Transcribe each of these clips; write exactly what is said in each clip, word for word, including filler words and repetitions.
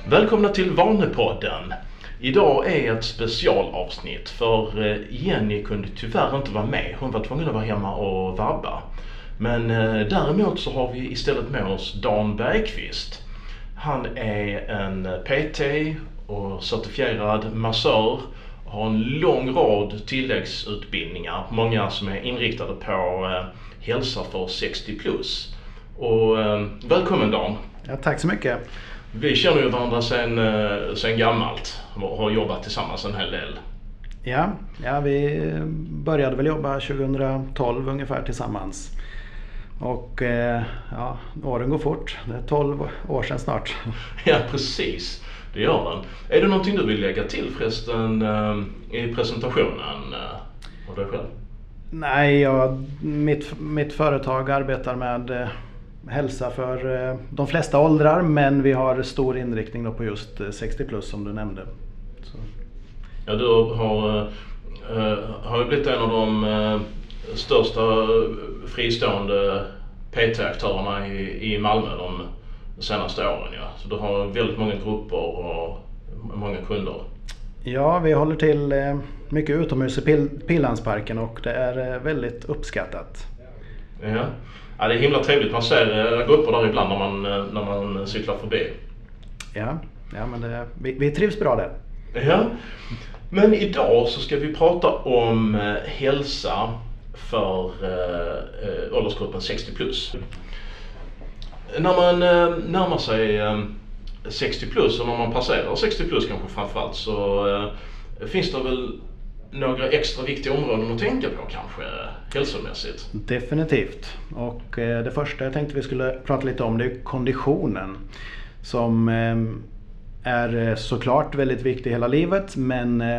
Välkomna till Vanepodden. Idag är ett specialavsnitt för Jenny kunde tyvärr inte vara med. Hon var tvungen att vara hemma och vabba. Men däremot så har vi istället med oss Dan Bergqvist. Han är en P T och certifierad massör. Har en lång rad tilläggsutbildningar. Många som är inriktade på hälsa för sextio plus. Och välkommen Dan. Ja, tack så mycket. Vi känner ju varandra sedan, sedan gammalt och har jobbat tillsammans en hel del. Ja, ja, vi började väl jobba tjugohundratolv ungefär tillsammans. Och ja, åren går fort. Det är tolv år sedan snart. Ja, precis. Det gör den. Är det någonting du vill lägga till förresten i presentationen av dig själv? Nej, jag, mitt, mitt företag arbetar med hälsa för de flesta åldrar, men vi har stor inriktning då på just sextio plus som du nämnde. Så. Ja, du har, äh, har ju blivit en av de äh, största fristående P T-aktörerna i, i Malmö de senaste åren. Ja. Så du har väldigt många grupper och många kunder. Ja, vi håller till eh, mycket utomhus i Pil- Pildammsparken och det är eh, väldigt uppskattat. Ja. Ja, det är himla trevligt. Man ser äh, grupper där ibland när man, när man cyklar förbi. Ja, ja men det, vi, vi trivs bra där. Ja. Men idag så ska vi prata om eh, hälsa för eh, åldersgruppen sextio plus. När man eh, närmar sig eh, sextio plus och när man passerar sextio plus kanske framförallt så eh, finns det väl några extra viktiga områden att tänka på kanske hälsomässigt. Definitivt. Och eh, det första jag tänkte vi skulle prata lite om det är konditionen som eh, är såklart väldigt viktig hela livet, men eh,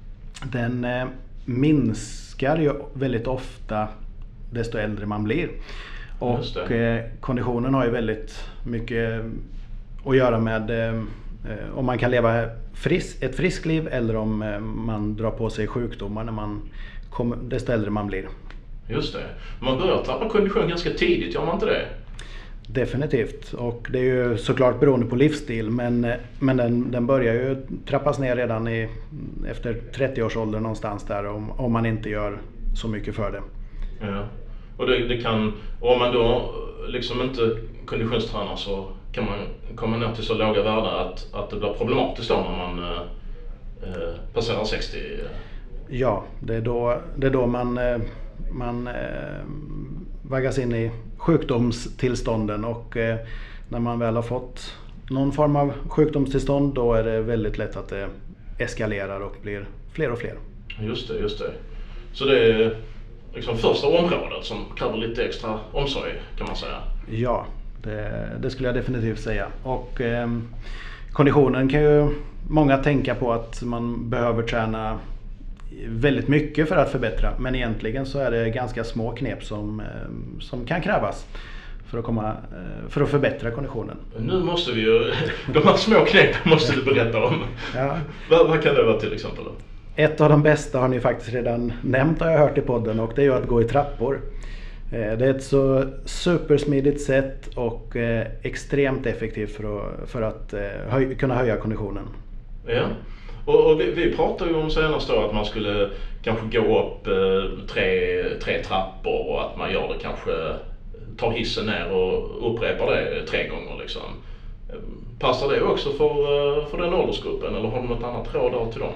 den eh, minskar ju väldigt ofta desto äldre man blir. Och eh, konditionen har ju väldigt mycket att göra med eh, om man kan leva fris- ett friskt liv eller om eh, man drar på sig sjukdomar när man kommer, desto äldre man blir. Just det. Man börjar tappa kondition ganska tidigt, gör man inte det? Definitivt, och det är ju såklart beroende på livsstil, men, men den, den börjar ju trappas ner redan i, efter trettio års ålder någonstans där om, om man inte gör så mycket för det. Ja, och det, det kan, om man då liksom inte konditionstränar så kan man komma ner till så låga värden att, att det blir problematiskt då när man eh, passerar sextio. Ja, det är då, det är då man, eh, man eh, vaggas in i sjukdomstillstånden, och eh, när man väl har fått någon form av sjukdomstillstånd då är det väldigt lätt att det eskalerar och blir fler och fler. Just det, just det. Så det är liksom första området som kräver lite extra omsorg kan man säga. Ja, det, det skulle jag definitivt säga. Och eh, konditionen kan ju många tänka på att man behöver träna väldigt mycket för att förbättra, men egentligen så är det ganska små knep som, som kan krävas för att, komma, för att förbättra konditionen. Nu måste vi ju, de här små knepen måste du berätta om. Ja. Vad, vad kan det vara till exempel då? Ett av de bästa har ni faktiskt redan nämnt, har jag hört i podden, och det är ju att gå i trappor. Det är ett så supersmidigt sätt och extremt effektivt för att, för att höj, kunna höja konditionen. Ja. Och, och vi, vi pratade ju om senast då att man skulle kanske gå upp eh, tre, tre trappor och att man gör det kanske, tar hissen ner och upprepar det tre gånger liksom. Passar det också för, för den åldersgruppen eller har du något annat råd där till dem?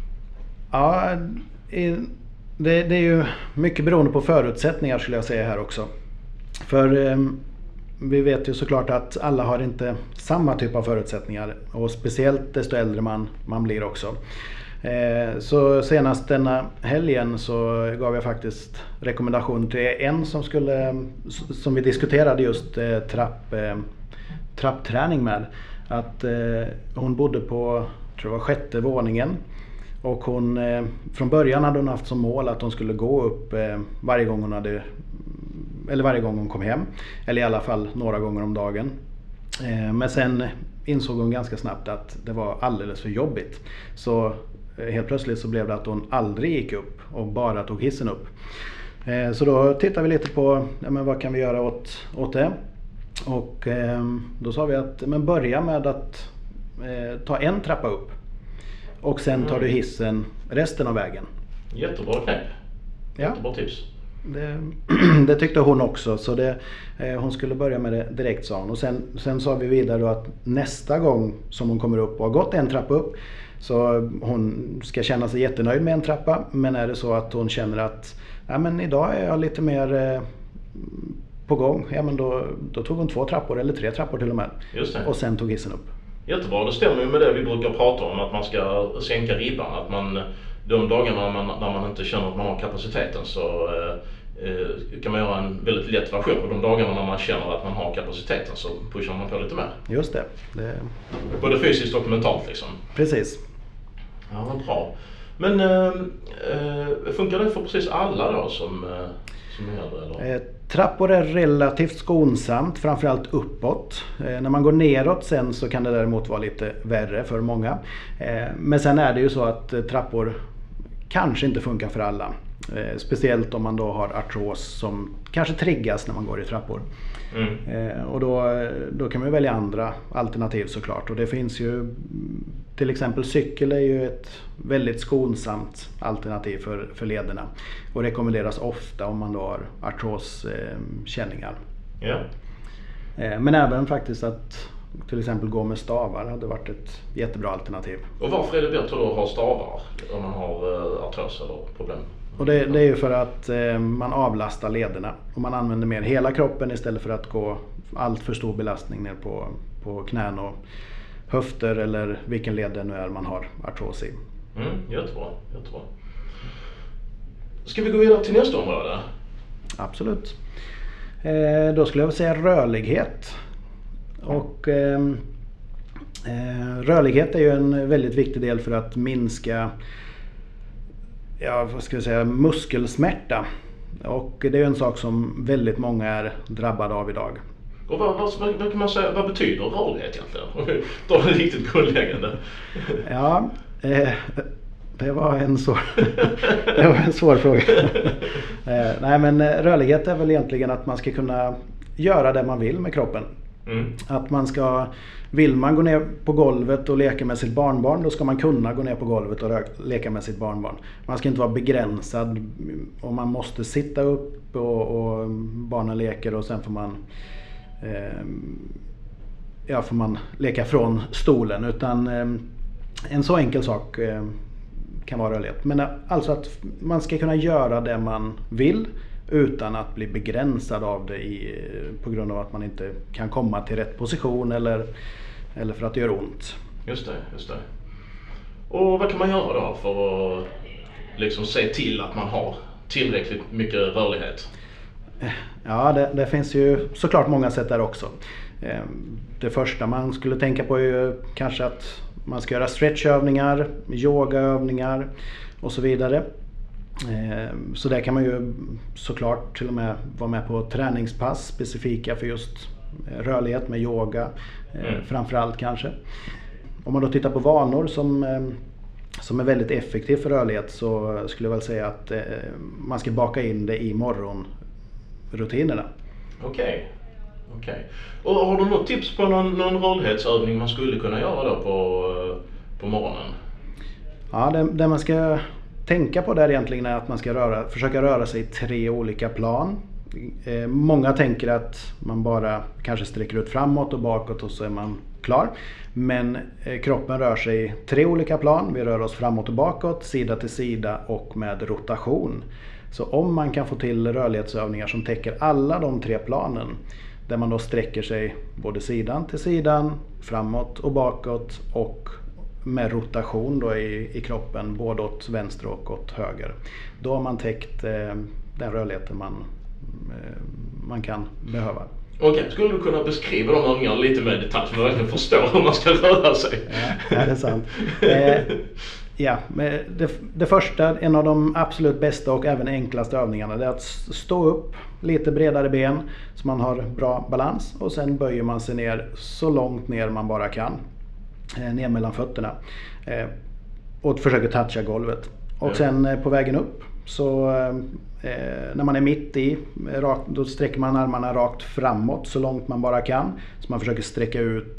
Ja, det, det är ju mycket beroende på förutsättningar skulle jag säga här också. För eh, vi vet ju såklart att alla har inte samma typ av förutsättningar, och speciellt desto äldre man, man blir också. Eh, så senast denna helgen så gav jag faktiskt rekommendation till en som skulle, som vi diskuterade just eh, trapp, eh, trappträning med. Att eh, hon bodde på, tror jag var sjätte våningen. Och hon, eh, från början hade hon haft som mål att hon skulle gå upp eh, varje gång hon hade eller varje gång hon kom hem, eller i alla fall några gånger om dagen. Eh, men sen insåg hon ganska snabbt att det var alldeles för jobbigt. Så eh, helt plötsligt så blev det att hon aldrig gick upp och bara tog hissen upp. Eh, så då tittade vi lite på ja, men vad kan vi göra åt, åt det. Och eh, då sa vi att men börja med att eh, ta en trappa upp och sen tar du hissen resten av vägen. Jättebra knep. Jättebra Ja. tips. Det, det tyckte hon också, så det, eh, hon skulle börja med det direkt, sa hon. Och sen, sen sa vi vidare då att nästa gång som hon kommer upp och har gått en trappa upp, så hon ska känna sig jättenöjd med en trappa. Men är det så att hon känner att ja, men idag är jag lite mer eh, på gång, ja, men då, då tog hon två trappor eller tre trappor till och med. Just det. Och sen tog hissen upp. Jättebra, det stämmer ju med det vi brukar prata om, att man ska sänka ribban. Att man, de dagarna när man, när man inte känner att man har kapaciteten, så eh, kan man göra en väldigt lätt version. Och de dagarna när man känner att man har kapaciteten, så pushar man på lite mer. Just det. det... Både fysiskt och mentalt liksom. Precis. Ja, vad bra. Men eh, eh, funkar det för precis alla då som, eh, som gör det? Eller? Eh, trappor är relativt skonsamt, framförallt uppåt. Eh, när man går neråt sen så kan det däremot vara lite värre för många. Eh, men sen är det ju så att eh, trappor kanske inte funkar för alla. Eh, speciellt om man då har artros som kanske triggas när man går i trappor. Mm. Eh, och då, då kan man välja andra alternativ såklart. Och det finns ju, till exempel cykel är ju ett väldigt skonsamt alternativ för, för lederna. Och rekommenderas ofta om man då har artroskänningar. Ja. Eh, men även faktiskt att till exempel gå med stavar hade varit ett jättebra alternativ. Och varför är det bättre att ha stavar om man har uh, artros eller problem? Och det, det är ju för att eh, man avlastar lederna och man använder mer hela kroppen istället för att gå allt för stor belastning ner på, på knän och höfter eller vilken led det nu är man har artros i. Mm, jättebra, jättebra. Ska vi gå vidare till nästa område? Absolut. Eh, då skulle jag säga rörlighet. Och eh, eh, rörlighet är ju en väldigt viktig del för att minska, ja, vad ska jag säga, muskelsmärta. Och det är ju en sak som väldigt många är drabbade av idag. Och vad, vad, vad kan man säga, vad betyder rörlighet egentligen? Det är riktigt grundläggande. Ja, eh, det var en svår, det var en svår fråga. eh, nej, men rörlighet är väl egentligen att man ska kunna göra det man vill med kroppen. Mm. Att man ska, vill man gå ner på golvet och leka med sitt barnbarn, då ska man kunna gå ner på golvet och leka med sitt barnbarn. Man ska inte vara begränsad och man måste sitta upp och, och barnen leker och sen får man eh, ja, får man leka från stolen. Utan eh, en så enkel sak eh, kan vara rörlighet. Men alltså att man ska kunna göra det man vill utan att bli begränsad av det i, på grund av att man inte kan komma till rätt position eller, eller för att det gör ont. Just det, just det. Och vad kan man göra då för att liksom se till att man har tillräckligt mycket rörlighet? Ja, det, det finns ju såklart många sätt där också. Det första man skulle tänka på är ju kanske att man ska göra stretchövningar, yogaövningar och så vidare. Så där kan man ju såklart till och med vara med på träningspass specifika för just rörlighet med yoga, mm. framförallt kanske. Om man då tittar på vanor som, som är väldigt effektiv för rörlighet, så skulle jag väl säga att man ska baka in det i morgonrutinerna. Okej. Okay. Okay. Och har du något tips på någon, någon rörlighetsövning man skulle kunna göra då på, på morgonen? Ja, det, det man ska tänka på där egentligen är att man ska röra, försöka röra sig i tre olika plan. Eh, många tänker att man bara kanske sträcker ut framåt och bakåt och så är man klar. Men eh, kroppen rör sig i tre olika plan. Vi rör oss framåt och bakåt, sida till sida och med rotation. Så om man kan få till rörlighetsövningar som täcker alla de tre planen, där man då sträcker sig både sidan till sidan, framåt och bakåt och med rotation då i, i kroppen både åt vänster och åt höger. Då har man täckt eh, den rörligheten man, eh, man kan behöva. Okej, okay. Skulle du kunna beskriva de övningarna lite mer i detalj så man verkligen förstår hur man ska röra sig? Ja, det är sant. Eh, ja, det, det första, en av de absolut bästa och även enklaste övningarna, det är att stå upp lite bredare ben så man har bra balans och sen böjer man sig ner så långt ner man bara kan. Ner mellan fötterna eh, och försöker toucha golvet. Och sen eh, på vägen upp så eh, när man är mitt i rakt, då sträcker man armarna rakt framåt så långt man bara kan. Så man försöker sträcka ut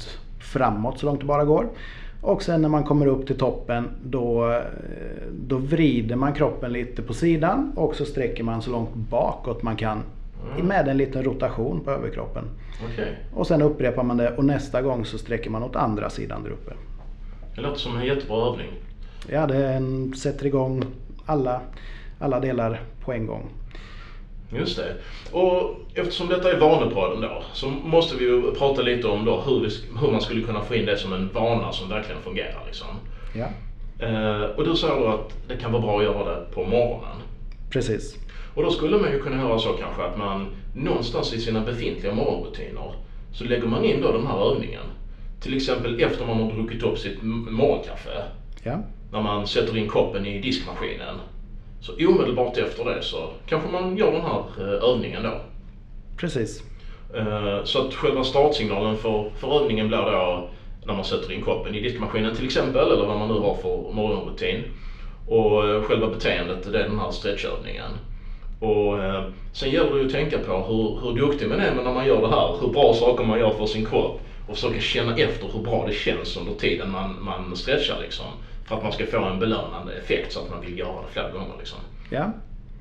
framåt så långt det bara går. Och sen när man kommer upp till toppen då, då vrider man kroppen lite på sidan och så sträcker man så långt bakåt man kan mm. med en liten rotation på överkroppen. Okay. Och sen upprepar man det och nästa gång så sträcker man åt andra sidan där uppe. Det låter som en jättebra övning. Ja, det en, sätter igång alla, alla delar på en gång. Just det. Och eftersom detta är vanepodden då så måste vi ju prata lite om då hur, vi, hur man skulle kunna få in det som en vana som verkligen fungerar liksom. Ja. Eh, och du säger då att det kan vara bra att göra det på morgonen. Precis. Och då skulle man ju kunna göra så kanske att man någonstans i sina befintliga morgonrutiner så lägger man in då den här övningen. Till exempel efter man har druckit upp sitt morgonkaffe. Ja. När man sätter in koppen i diskmaskinen. Så omedelbart efter det så kanske man gör den här övningen då. Precis. Så att själva startsignalen för, för övningen blir då när man sätter in koppen i diskmaskinen till exempel, eller vad man nu har för morgonrutin. Och själva beteendet är den här stretchövningen. Och sen gäller det ju att tänka på hur, hur duktig man är när man gör det här, hur bra saker man gör för sin kropp och försöka känna efter hur bra det känns under tiden man, man stretchar liksom. För att man ska få en belönande effekt så att man vill göra det flera gånger liksom. Ja,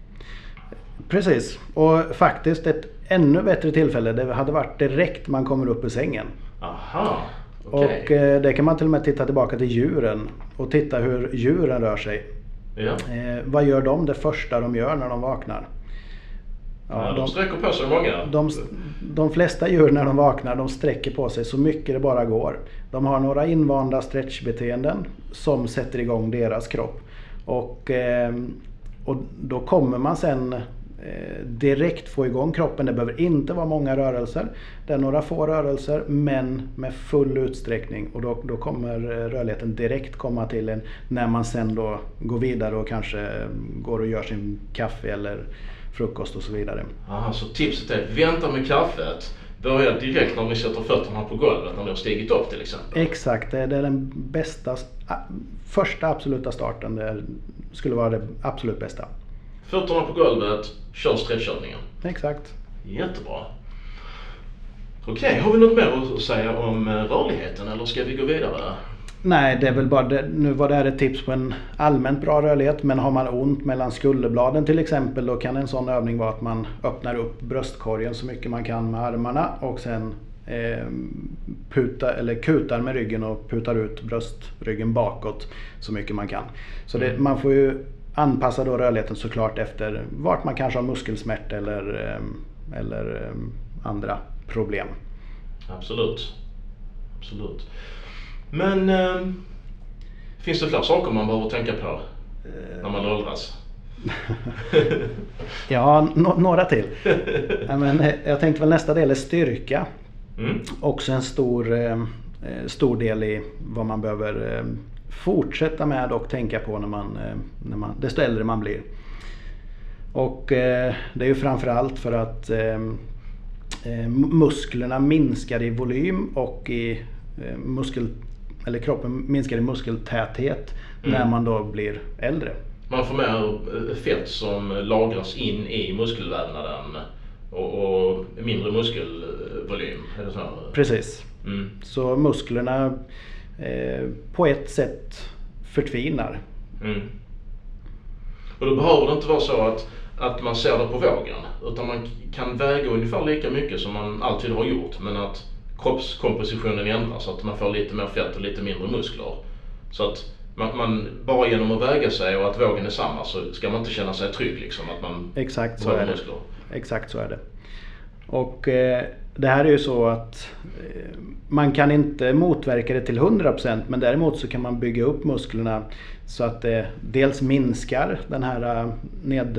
precis. Och faktiskt ett ännu bättre tillfälle det hade varit direkt man kommer upp ur sängen. Aha, okej. Okay. Och eh, det kan man till och med titta tillbaka till djuren och titta hur djuren rör sig. Ja. Eh, vad gör de det första de gör när de vaknar? Ja, ja, de, de sträcker på sig många. De, de flesta djur när de vaknar de sträcker på sig så mycket det bara går. De har några invanda stretchbeteenden som sätter igång deras kropp. Och, eh, och då kommer man sen eh, direkt få igång kroppen. Det behöver inte vara många rörelser. Det är några få rörelser men med full utsträckning. Och då, då kommer rörligheten direkt komma till en när man sen då går vidare och kanske går och gör sin kaffe eller frukost och så vidare. Aha, så tipset är vänta med kaffet. Börja direkt när ni sätter fötterna på golvet när ni har stigit upp till exempel. Exakt, det är den bästa, första absoluta starten. Det skulle vara det absolut bästa. Fötterna på golvet, kör stretchövningen. Exakt. Jättebra. Okej, har vi något mer att säga om rörligheten eller ska vi gå vidare? Nej, det är väl bara det. Nu var det här ett tips på en allmänt bra rörlighet, men har man ont mellan skulderbladen till exempel, då kan en sån övning vara att man öppnar upp bröstkorgen så mycket man kan med armarna och sen eh, puta, eller kutar med ryggen och putar ut bröstryggen bakåt så mycket man kan. Så det, Mm. man får ju anpassa då rörligheten såklart efter vart man kanske har muskelsmärta eller, eh, eller eh, andra problem. Absolut. Absolut. Men eh, finns det fler saker man behöver tänka på när man åldras? Ja, no- några till. Ja, men, jag tänkte väl nästa del är styrka. Mm. Också en stor, eh, stor del i vad man behöver eh, fortsätta med och tänka på när man, eh, när man, desto äldre man blir. Och eh, det är ju framförallt för att eh, musklerna minskar i volym och i eh, muskel eller kroppen minskar i muskeltäthet mm. när man då blir äldre. Man får mer fett som lagras in i muskelvävnaden och, och mindre muskelvolym. Är det så här? Precis. Mm. Så musklerna eh, på ett sätt förtvinar. Mm. Och då behöver det inte vara så att, att man ser det på vågen, utan man kan väga ungefär lika mycket som man alltid har gjort, men att kroppskompositionen ändras så att man får lite mer fett och lite mindre muskler. Så att man, man bara genom att väga sig och att vågen är samma så ska man inte känna sig trygg liksom att man Exakt så har är det. muskler. Exakt så är det. Och eh, det här är ju så att eh, man kan inte motverka det till hundra procent, men däremot så kan man bygga upp musklerna så att det dels minskar den här ned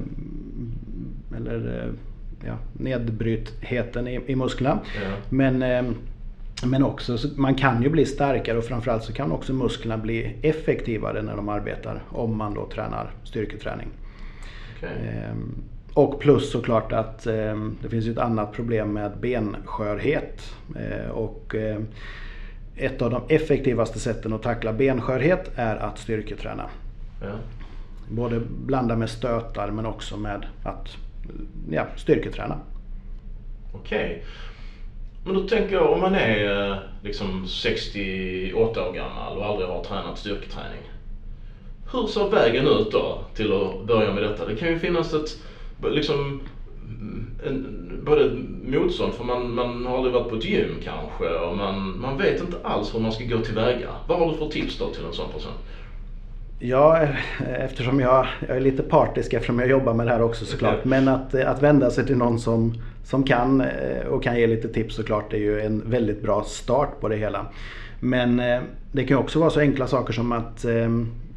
eller ja, nedbrytheten i, i musklerna. Ja. Men, eh, men också så man kan ju bli starkare och framförallt så kan också musklerna bli effektivare när de arbetar om man då tränar styrketräning. Okay. Eh, och plus såklart att eh, det finns ju ett annat problem med benskörhet eh, och eh, ett av de effektivaste sätten att tackla benskörhet är att styrketräna. Ja. Både blanda med stötar men också med att ja, styrketräna. Okej. Men då tänker jag, om man är liksom sextioåtta år gammal och aldrig har tränat styrketräning. Hur ser vägen ut då till att börja med detta? Det kan ju finnas ett liksom en, både motstånd, för man, man har aldrig varit på ett gym kanske och man, man vet inte alls hur man ska gå tillväga. Vad har du för tips då till en sån person? Ja, eftersom jag, jag är lite partisk eftersom jag jobbar med det här också såklart. Okay. Men att, att vända sig till någon som, som kan och kan ge lite tips såklart är ju en väldigt bra start på det hela. Men det kan också vara så enkla saker som att, eh,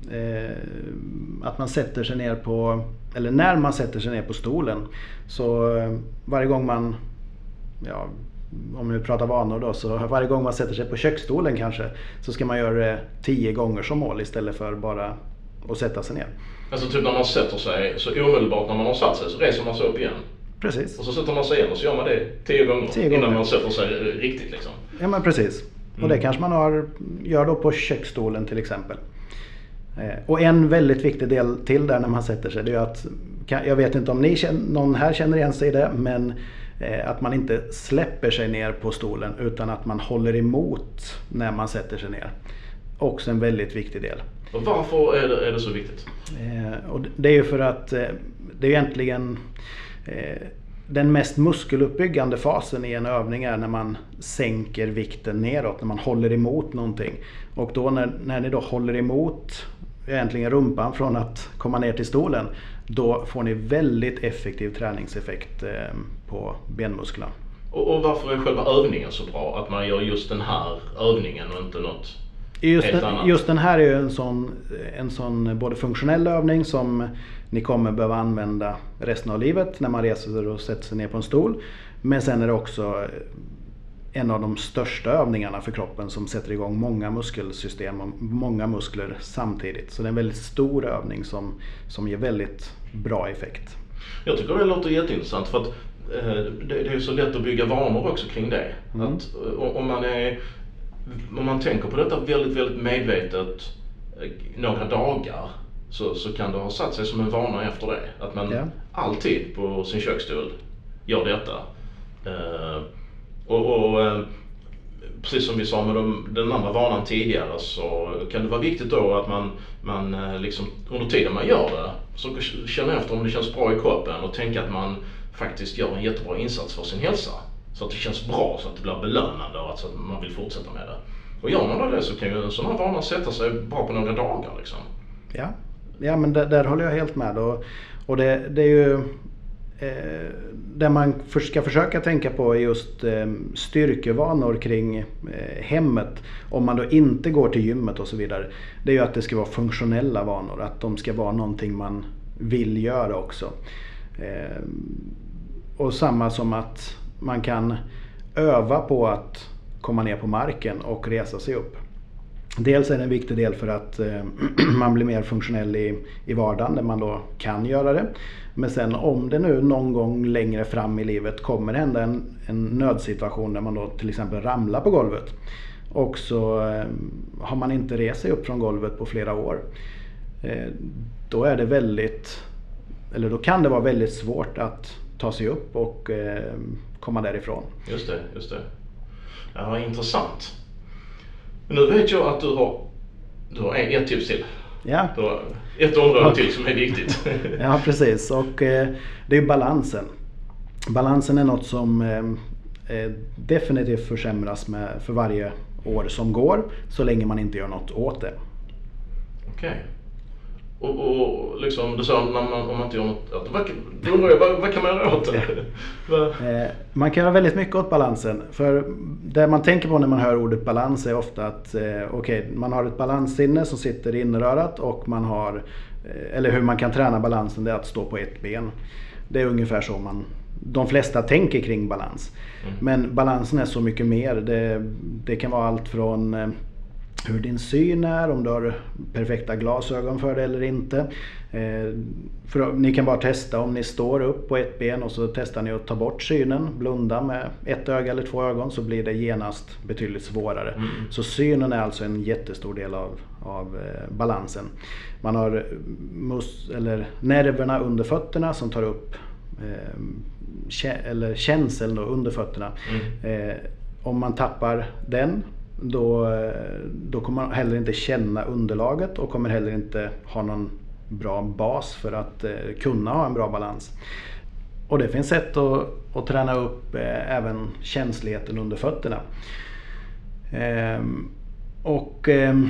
att man sätter sig ner på, eller när man sätter sig ner på stolen. Så varje gång man, ja, om vi pratar vanor då, så varje gång man sätter sig på köksstolen kanske, så ska man göra det tio gånger som mål istället för bara att sätta sig ner. Alltså typ när man sätter sig, så omedelbart när man har satt sig så reser man sig upp igen. Precis. Och så sätter man sig igen och så gör man det tio gånger, tio innan gånger. Man sätter sig riktigt liksom. Ja men precis. Mm. Och det kanske man har, gör då på köksstolen till exempel. Och en väldigt viktig del till där när man sätter sig, det är att, jag vet inte om ni känner, någon här känner igen sig i det, men att man inte släpper sig ner på stolen utan att man håller emot när man sätter sig ner. Också en väldigt viktig del. Och varför är det, är det så viktigt? Eh, och det är ju för att eh, det är egentligen eh, den mest muskeluppbyggande fasen i en övning är när man sänker vikten neråt, när man håller emot någonting. Och då när, när ni då håller emot egentligen rumpan från att komma ner till stolen, då får ni väldigt effektiv träningseffekt eh, på benmusklerna. Och, och varför är själva övningen så bra? Att man gör just den här övningen och inte något just helt den, annat? Just den här är ju en sån, en sån både funktionell övning som ni kommer behöva använda resten av livet när man reser sig och sätter sig ner på en stol. Men sen är det också en av de största övningarna för kroppen som sätter igång många muskelsystem och många muskler samtidigt. Så det är en väldigt stor övning som, som ger väldigt bra effekt. Jag tycker det låter jätteintressant för att eh, det, det är ju så lätt att bygga vanor också kring det. Mm. Att, om, man är, om man tänker på detta väldigt, väldigt medvetet eh, några dagar så, så kan det ha satt sig som en vana efter det. Att man ja. alltid på sin köksstol gör detta. Eh, Och, och eh, precis som vi sa med de, den andra vanan tidigare, så kan det vara viktigt då att man, man eh, liksom, under tiden man gör det så känner efter om det känns bra i kroppen och tänka att man faktiskt gör en jättebra insats för sin hälsa. Så att det känns bra, så att det blir belönande och att, så att man vill fortsätta med det. Och gör man det så kan ju en sån här vana sätta sig bra på några dagar liksom. Ja, ja men där, där håller jag helt med. Och, och det, det är ju... Eh, där man ska försöka tänka på just eh, styrkevanor kring eh, hemmet, om man då inte går till gymmet och så vidare, det är ju att det ska vara funktionella vanor, att de ska vara någonting man vill göra också. Eh, och samma som att man kan öva på att komma ner på marken och resa sig upp. Dels är det en viktig del för att eh, man blir mer funktionell i, i vardagen där man då kan göra det. Men sen om det nu någon gång längre fram i livet kommer hända en, en nödsituation där man då till exempel ramlar på golvet. Och så eh, har man inte rest sig upp från golvet på flera år. Eh, då är det väldigt, eller då kan det vara väldigt svårt att ta sig upp och eh, komma därifrån. Just det, just det. Ja, intressant. Nu vet jag att du har, du har ett tips till. Ja. Du har ett område till som är viktigt. Ja, precis. Och eh, det är balansen. Balansen är något som eh, definitivt försämras med, för varje år som går, så länge man inte gör något åt det. Okej. Okay. Och, och liksom, du sa när man, om man inte gör något åt det, vad, då undrar jag, vad, vad kan man göra åt det? eh, man kan göra väldigt mycket åt balansen. För det man tänker på när man hör ordet balans är ofta att eh, okay, man har ett balanssinne som sitter i innerörat, och man har, eh, eller hur man kan träna balansen, det är att stå på ett ben. Det är ungefär så man, de flesta tänker kring balans. Mm. Men balansen är så mycket mer. Det, det kan vara allt från eh, hur din syn är, om du har perfekta glasögon för det eller inte. Eh, för, ni kan bara testa om ni står upp på ett ben och så testar ni att ta bort synen, blunda med ett öga eller två ögon, så blir det genast betydligt svårare. Mm. Så synen är alltså en jättestor del av, av eh, balansen. Man har mus, eller nerverna under fötterna som tar upp eh, kä, eller känseln då under fötterna. Mm. Eh, om man tappar den, då, då kommer man heller inte känna underlaget och kommer heller inte ha någon bra bas för att eh, kunna ha en bra balans. Och det finns sätt att, att träna upp eh, även känsligheten under fötterna. Eh, och eh,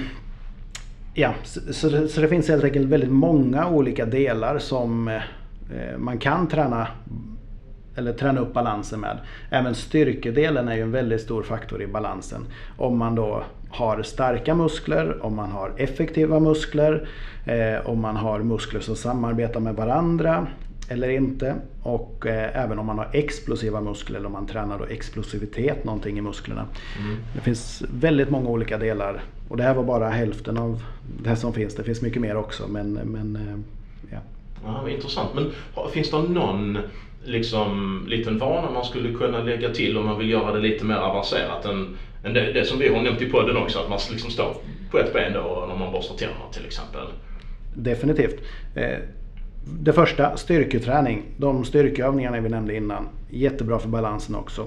ja, så, så, det, så det finns helt enkelt väldigt många olika delar som eh, man kan träna eller träna upp balansen med. Även styrkedelen är ju en väldigt stor faktor i balansen. Om man då har starka muskler, om man har effektiva muskler, eh, om man har muskler som samarbetar med varandra eller inte. Och eh, även om man har explosiva muskler eller om man tränar då explosivitet någonting i musklerna. Mm. Det finns väldigt många olika delar. Och det här var bara hälften av det som finns. Det finns mycket mer också. Men, men eh, ja. Ja, intressant. Men finns det någon liksom liten vana man skulle kunna lägga till om man vill göra det lite mer avancerat än, än det, det som vi har nämnt i podden också, att man liksom står på ett ben då när man borstar tänderna till exempel? Definitivt. Det första, styrketräning. De styrkeövningarna vi nämnde innan, jättebra för balansen också.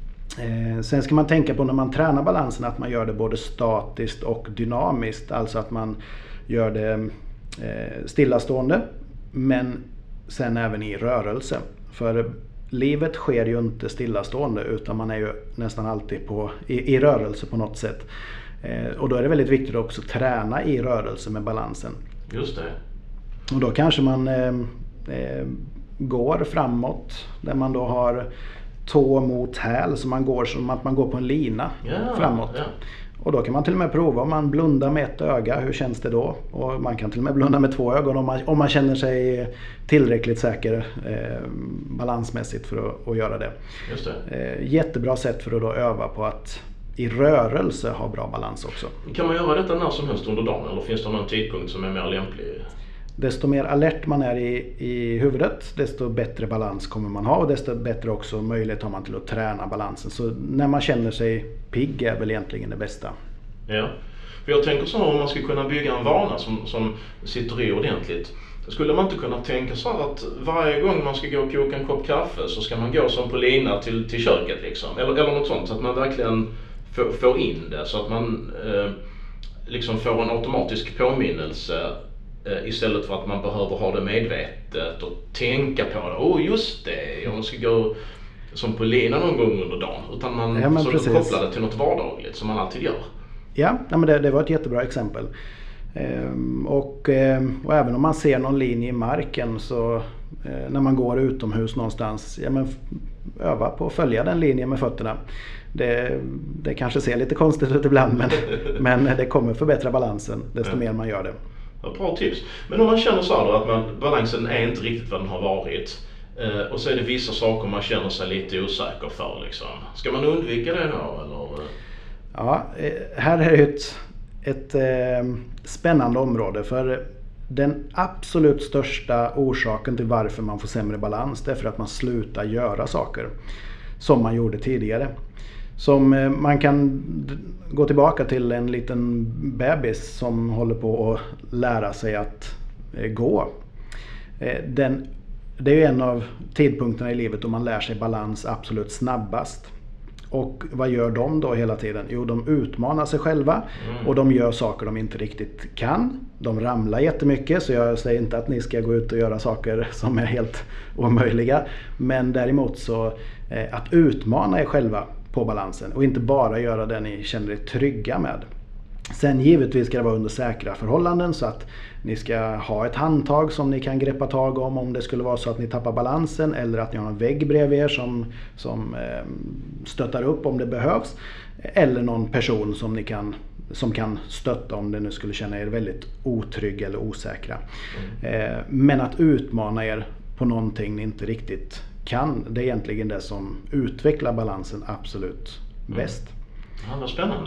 Sen ska man tänka på när man tränar balansen att man gör det både statiskt och dynamiskt, alltså att man gör det stillastående men sen även i rörelse. För livet sker ju inte stillastående utan man är ju nästan alltid på, i, i rörelse på något sätt. Eh, och då är det väldigt viktigt att också träna i rörelse med balansen. Just det. Och då kanske man eh, eh, går framåt där man då har tå mot häl, så man går som att man går på en lina ja, framåt. Ja. Och då kan man till och med prova om man blundar med ett öga, hur känns det då? Och man kan till och med blunda med två ögon om man, om man känner sig tillräckligt säker eh, balansmässigt för att, att göra det. Just det. Eh, jättebra sätt för att då öva på att i rörelse ha bra balans också. Kan man göra detta när som helst under dagen eller finns det någon tidpunkt som är mer lämplig? Desto mer alert man är i, i huvudet, desto bättre balans kommer man ha och desto bättre också möjlighet har man till att träna balansen. Så när man känner sig pigg är väl egentligen det bästa. Ja, för jag tänker så om man ska kunna bygga en vana som, som sitter i ordentligt. Skulle man inte kunna tänka så att varje gång man ska gå och koka en kopp kaffe så ska man gå som på lina till, till köket liksom? Eller, eller något sånt så att man verkligen får, får in det så att man eh, liksom får en automatisk påminnelse istället för att man behöver ha det medvetet och tänka på det. Åh oh, just det, jag ska gå som på lina någon gång under dagen. Utan man ja, så kopplar det till något vardagligt som man alltid gör. Ja, men det, det var ett jättebra exempel. Ehm, och, ehm, och även om man ser någon linje i marken så eh, när man går utomhus någonstans, ja, men öva på att följa den linjen med fötterna. Det, det kanske ser lite konstigt ut ibland men, men det kommer förbättra balansen desto ja. mer man gör det. Bra tips. Men om man känner så här då, att man, balansen är inte riktigt vad den har varit eh, och så är det vissa saker man känner sig lite osäker för liksom. Ska man undvika det då eller? Ja, här är det ett, ett eh, spännande område för den absolut största orsaken till varför man får sämre balans det är för att man slutar göra saker som man gjorde tidigare. Som man kan gå tillbaka till en liten bebis som håller på att lära sig att gå. Den, det är ju en av tidpunkterna i livet då man lär sig balans absolut snabbast. Och vad gör de då hela tiden? Jo, de utmanar sig själva mm. och de gör saker de inte riktigt kan. De ramlar jättemycket, så jag säger inte att ni ska gå ut och göra saker som är helt omöjliga. Men däremot så eh, att utmana er själva på balansen och inte bara göra det ni känner er trygga med. Sen givetvis ska det vara under säkra förhållanden så att ni ska ha ett handtag som ni kan greppa tag om om det skulle vara så att ni tappar balansen eller att ni har en vägg bredvid er som, som eh, stöttar upp om det behövs eller någon person som ni kan som kan stötta om det nu skulle känna er väldigt otrygg eller osäkra. Mm. Eh, men att utmana er på någonting ni inte riktigt kan, det är egentligen det som utvecklar balansen absolut bäst. Mm. Ja, vad spännande.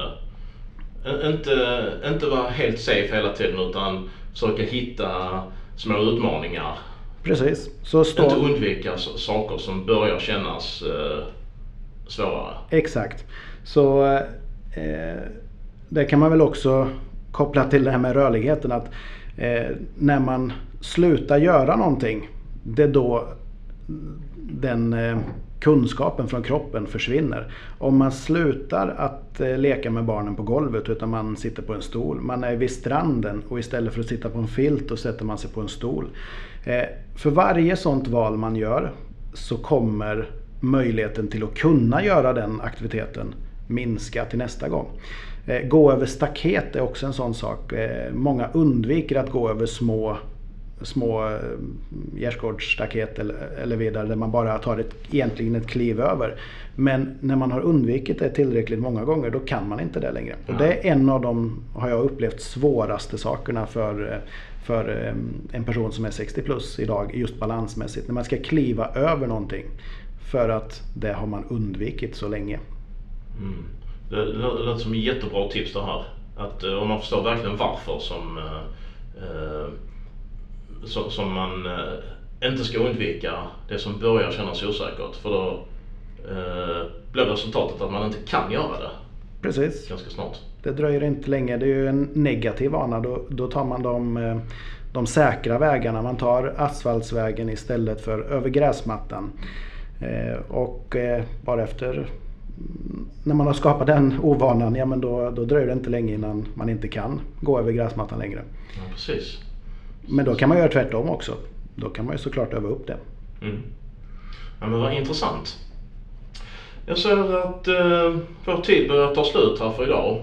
Inte, inte vara helt safe hela tiden utan försöka hitta små utmaningar. Precis. Så stå... Inte undvika saker som börjar kännas eh, svårare. Exakt. Så eh, det kan man väl också koppla till det här med rörligheten att eh, när man slutar göra någonting det är då den eh, kunskapen från kroppen försvinner. Om man slutar att eh, leka med barnen på golvet utan man sitter på en stol. Man är vid stranden och istället för att sitta på en filt och sätter man sig på en stol. Eh, för varje sånt val man gör så kommer möjligheten till att kunna göra den aktiviteten minska till nästa gång. Eh, gå över staket är också en sån sak. Eh, många undviker att gå över små små gärdsgårdsstaket eller, eller vidare där man bara tar ett, egentligen ett kliv över. Men när man har undvikit det tillräckligt många gånger då kan man inte det längre. Och det är en av de, har jag upplevt, svåraste sakerna för, för en person som är sextio plus idag, just balansmässigt. När man ska kliva över någonting för att det har man undvikit så länge. Mm. Det låter som ett jättebra tips det här. Att om man förstår verkligen varför som eh, Så, som man eh, inte ska undvika det som börjar kännas osäkert, för då eh, blir resultatet att man inte kan göra det. Precis. Ganska snart. Det dröjer inte länge. Det är ju en negativ vana. Då, då tar man de, de säkra vägarna. Man tar asfaltsvägen istället för över gräsmattan. Eh, och eh, bara efter, när man har skapat den ovanan, ja, men då, då dröjer det inte länge innan man inte kan gå över gräsmattan längre. Ja, precis. Men då kan man göra tvärtom också. Då kan man ju såklart öva upp det. Mm. Ja, men vad intressant. Jag ser att eh, vår tid börjar ta slut här för idag.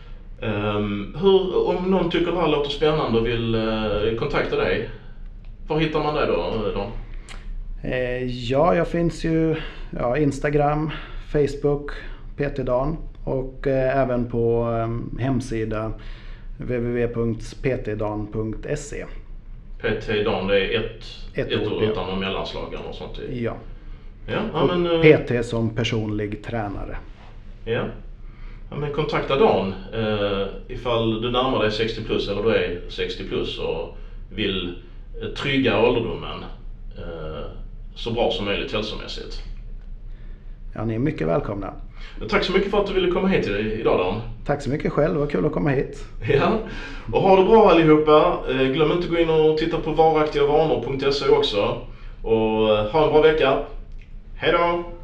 Um, hur, om någon tycker det här låter spännande och vill eh, kontakta dig, var hittar man dig då? då? Eh, ja, jag finns ju ja, Instagram, Facebook, P T Dan och eh, även på eh, hemsida w w w punkt p t dan punkt se. P T Dan, det är ett, ett, ett ord, ord ja. utan någon mellanslag och sånt. Ja. Ja, ja men, eh, P T som personlig tränare. Ja. Ja, men kontakta Dan eh, ifall du närmar dig sextio plus eller du är sextio plus och vill eh, trygga ålderdomen eh, så bra som möjligt hälsomässigt. Ja, ni är mycket välkomna. Tack så mycket för att du ville komma hit idag, Dan. Tack så mycket själv, det var kul att komma hit. Ja, och ha det bra allihopa. Glöm inte att gå in och titta på varaktiga vanor punkt se också. Och ha en bra vecka. Hej då!